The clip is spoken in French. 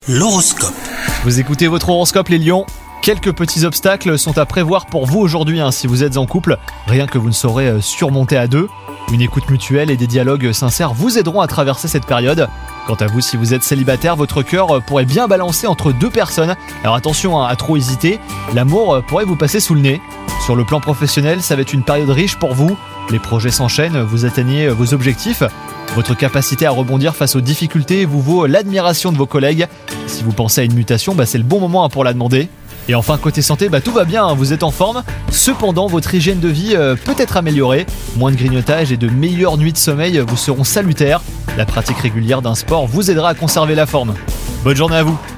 L'horoscope. Vous écoutez votre horoscope les lions. Quelques petits obstacles sont à prévoir pour vous aujourd'hui si vous êtes en couple. Rien que vous ne saurez surmonter à deux. Une écoute mutuelle et des dialogues sincères vous aideront à traverser cette période. Quant à vous, si vous êtes célibataire, votre cœur pourrait bien balancer entre deux personnes. Alors attention à trop hésiter, l'amour pourrait vous passer sous le nez. Sur le plan professionnel, ça va être une période riche pour vous. Les projets s'enchaînent, vous atteignez vos objectifs. Votre capacité à rebondir face aux difficultés vous vaut l'admiration de vos collègues. Si vous pensez à une mutation, c'est le bon moment pour la demander. Et enfin, côté santé, tout va bien, vous êtes en forme. Cependant, votre hygiène de vie peut être améliorée. Moins de grignotage et de meilleures nuits de sommeil vous seront salutaires. La pratique régulière d'un sport vous aidera à conserver la forme. Bonne journée à vous!